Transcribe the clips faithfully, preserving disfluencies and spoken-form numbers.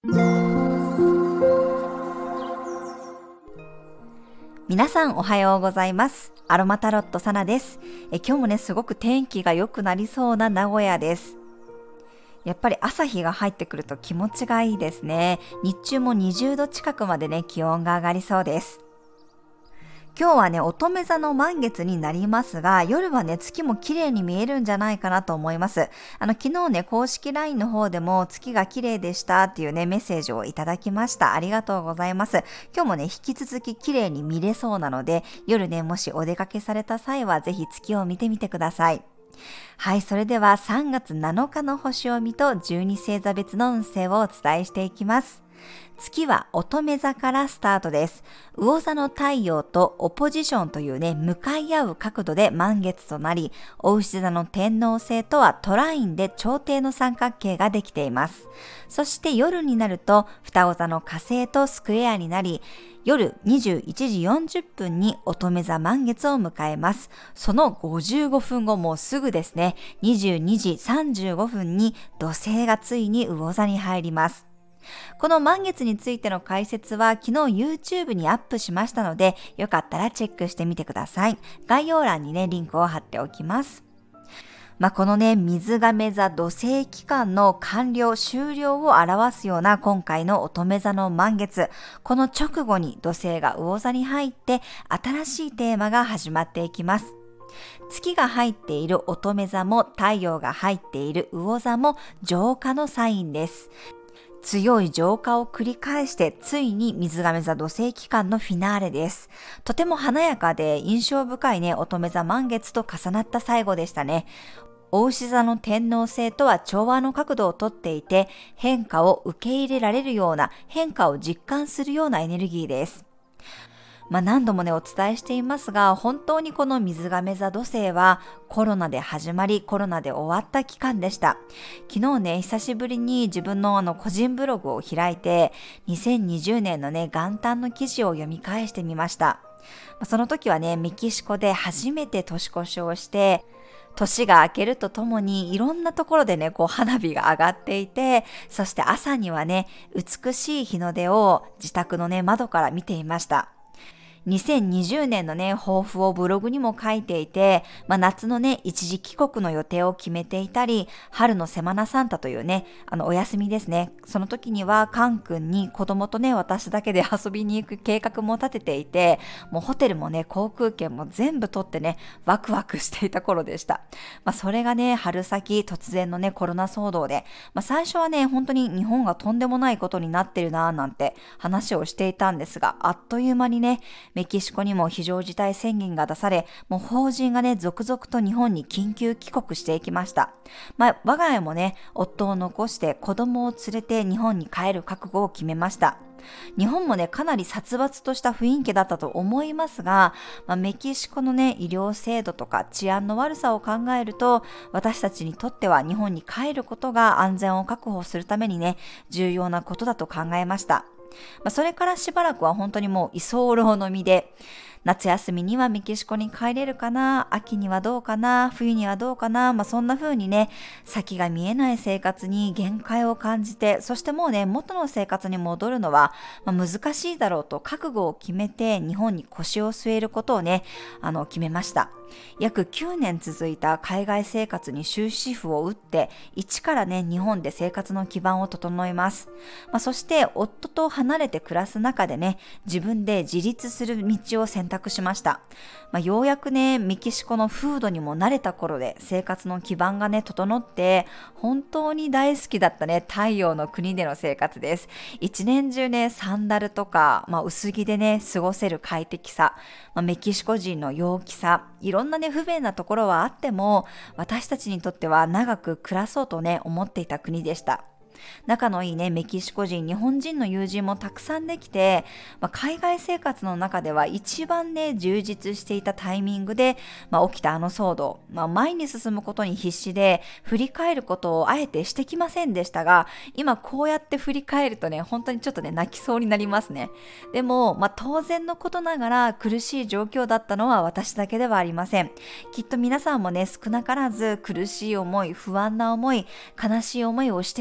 皆さんおはようございます。アロマタロットサナです。え今日もねすごく天気が良くなりそうな名古屋です。やっぱり朝日が入ってくると気持ちがいいですね。日中もにじゅうど近くまでね気温が上がりそうです。今日はね乙女座の満月になりますが、夜はね月も綺麗に見えるんじゃないかなと思います。あの昨日ね公式 ライン の方でも月が綺麗でしたっていうねメッセージをいただきました。ありがとうございます。今日もね引き続き綺麗に見れそうなので、夜ねもしお出かけされた際はぜひ月を見てみてください。はい、それではさんがつなのかの星読みとじゅうに星座別の運勢をお伝えしていきます。月は乙女座からスタートです。魚座の太陽とオポジションというね、向かい合う角度で満月となり、牡牛座の天王星とはトラインで頂点の三角形ができています。そして夜になると、双子座の火星とスクエアになり、夜にじゅういちじよんじゅっぷんに乙女座満月を迎えます。そのごじゅうごふんご、もうすぐですね、にじゅうにじさんじゅうごふんに土星がついに魚座に入ります。この満月についての解説は昨日 YouTube にアップしましたので、よかったらチェックしてみてください。概要欄にね、リンクを貼っておきます。まあ、このね、水亀座土星期間の完了、終了を表すような今回の乙女座の満月。この直後に土星が魚座に入って、新しいテーマが始まっていきます。月が入っている乙女座も太陽が入っている魚座も浄化のサインです。強い浄化を繰り返してついに水亀座土星期間のフィナーレです。とても華やかで印象深いね乙女座満月と重なった最後でしたね。牡牛座の天王星とは調和の角度をとっていて、変化を受け入れられるような、変化を実感するようなエネルギーです。まあ、何度もねお伝えしていますが、本当にこの水亀座土星はコロナで始まりコロナで終わった期間でした。昨日ね久しぶりに自分のあの個人ブログを開いてにせんにじゅうねんのね元旦の記事を読み返してみました。その時はねメキシコで初めて年越しをして、年が明けるとともにいろんなところでねこう花火が上がっていて、そして朝にはね美しい日の出を自宅のね窓から見ていました。にせんにじゅうねんのね、抱負をブログにも書いていて、まあ、夏のね、一時帰国の予定を決めていたり、春のセマナサンタというね、あの、お休みですね。その時には、カン君に子供とね、私だけで遊びに行く計画も立てていて、もうホテルもね、航空券も全部取ってね、ワクワクしていた頃でした。まあ、それがね、春先突然のね、コロナ騒動で、まあ、最初はね、本当に日本がとんでもないことになってるなぁなんて話をしていたんですが、あっという間にね、メキシコにも非常事態宣言が出され、もう法人がね、続々と日本に緊急帰国していきました。まあ、我が家もね、夫を残して子供を連れて日本に帰る覚悟を決めました。日本もね、かなり殺伐とした雰囲気だったと思いますが、まあ、メキシコのね、医療制度とか治安の悪さを考えると、私たちにとっては日本に帰ることが安全を確保するためにね、重要なことだと考えました。まあ、それからしばらくは本当にもう居候の身で、夏休みにはメキシコに帰れるかな、秋にはどうかな、冬にはどうかな、まあ、そんな風にね、先が見えない生活に限界を感じて、そしてもうね、元の生活に戻るのは、まあ、難しいだろうと覚悟を決めて日本に腰を据えることをね、あの決めました。約きゅうねん続いた海外生活に終止符を打って、一からね、日本で生活の基盤を整えます。まあ、そして夫と離れて暮らす中でね、自分で自立する道を選択しました。まあ、ようやくね、メキシコの風土にも慣れた頃で生活の基盤がね、整って、本当に大好きだったね、太陽の国での生活です。一年中ね、サンダルとか、まあ、薄着でね、過ごせる快適さ、まあ、メキシコ人の陽気さ、いろんなね、不便なところはあっても、私たちにとっては長く暮らそうとね、思っていた国でした。仲のいいね、メキシコ人、日本人の友人もたくさんできて、まあ、海外生活の中では一番ね、充実していたタイミングで、まあ、起きたあの騒動、まあ、前に進むことに必死で、振り返ることをあえてしてきませんでしたが、今こうやって振り返るとね、本当にちょっとね、泣きそうになりますね。でも、まあ、当然のことながら苦しい状況だったのは私だけではありません。きっと皆さんもね、少なからず苦しい思い、不安な思い、悲しい思いをしてきたはず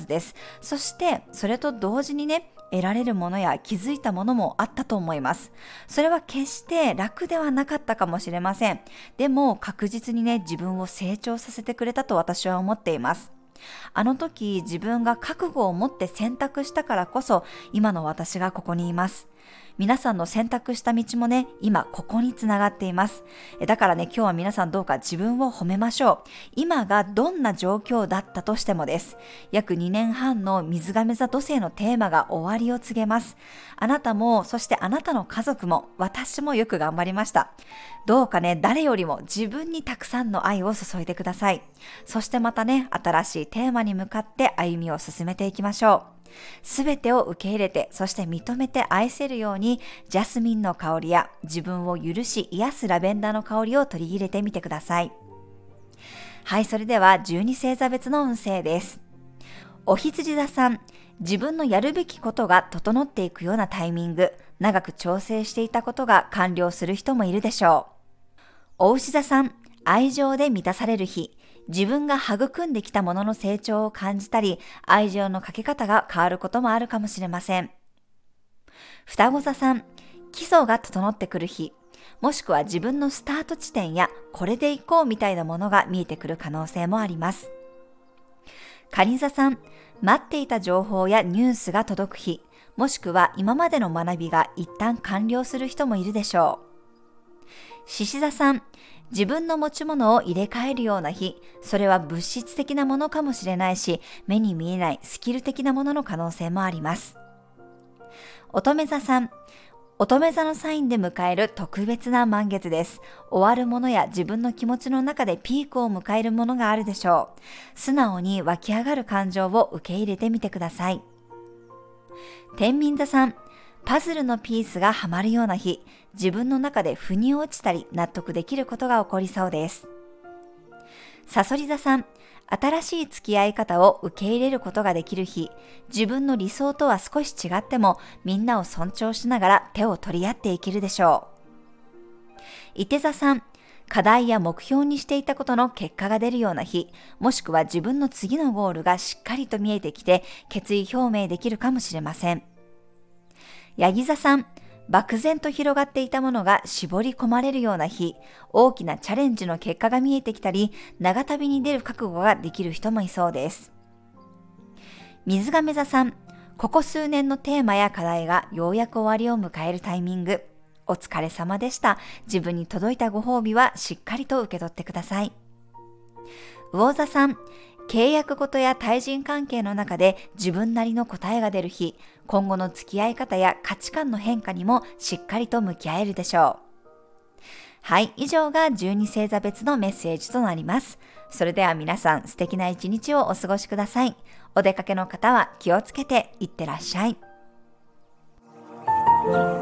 です。そしてそれと同時にね、得られるものや気づいたものもあったと思います。それは決して楽ではなかったかもしれません。でも確実にね、自分を成長させてくれたと私は思っています。あの時自分が覚悟を持って選択したからこそ今の私がここにいます。皆さんの選択した道もね、今ここにつながっています。だからね、今日は皆さんどうか自分を褒めましょう。今がどんな状況だったとしてもです。約にねんはんの水亀座土星のテーマが終わりを告げます。あなたも、そしてあなたの家族も、私もよく頑張りました。どうかね、誰よりも自分にたくさんの愛を注いでください。そしてまたね、新しいテーマに向かって歩みを進めていきましょう。すべてを受け入れて、そして認めて愛せるように、ジャスミンの香りや自分を許し癒すラベンダーの香りを取り入れてみてください。はい、それではじゅうに星座別の運勢です。お羊座さん、自分のやるべきことが整っていくようなタイミング、長く調整していたことが完了する人もいるでしょう。お牛座さん、愛情で満たされる日、自分が育んできたものの成長を感じたり、愛情のかけ方が変わることもあるかもしれません。双子座さん、基礎が整ってくる日、もしくは自分のスタート地点やこれでいこうみたいなものが見えてくる可能性もあります。蟹座さん、待っていた情報やニュースが届く日、もしくは今までの学びが一旦完了する人もいるでしょう。獅子座さん、自分の持ち物を入れ替えるような日、それは物質的なものかもしれないし、目に見えないスキル的なものの可能性もあります。乙女座さん、乙女座のサインで迎える特別な満月です。終わるものや自分の気持ちの中でピークを迎えるものがあるでしょう。素直に湧き上がる感情を受け入れてみてください。天秤座さん、パズルのピースがはまるような日、自分の中で腑に落ちたり納得できることが起こりそうです。蠍座さん、新しい付き合い方を受け入れることができる日、自分の理想とは少し違ってもみんなを尊重しながら手を取り合っていけるでしょう。射手座さん、課題や目標にしていたことの結果が出るような日、もしくは自分の次のゴールがしっかりと見えてきて決意表明できるかもしれません。ヤギ座さん、漠然と広がっていたものが絞り込まれるような日、大きなチャレンジの結果が見えてきたり、長旅に出る覚悟ができる人もいそうです。水亀座さん、ここ数年のテーマや課題がようやく終わりを迎えるタイミング。お疲れ様でした。自分に届いたご褒美はしっかりと受け取ってください。魚座さん、契約事や対人関係の中で自分なりの答えが出る日、今後の付き合い方や価値観の変化にもしっかりと向き合えるでしょう。はい、以上がじゅうに星座別のメッセージとなります。それでは皆さん素敵な一日をお過ごしください。お出かけの方は気をつけていってらっしゃい。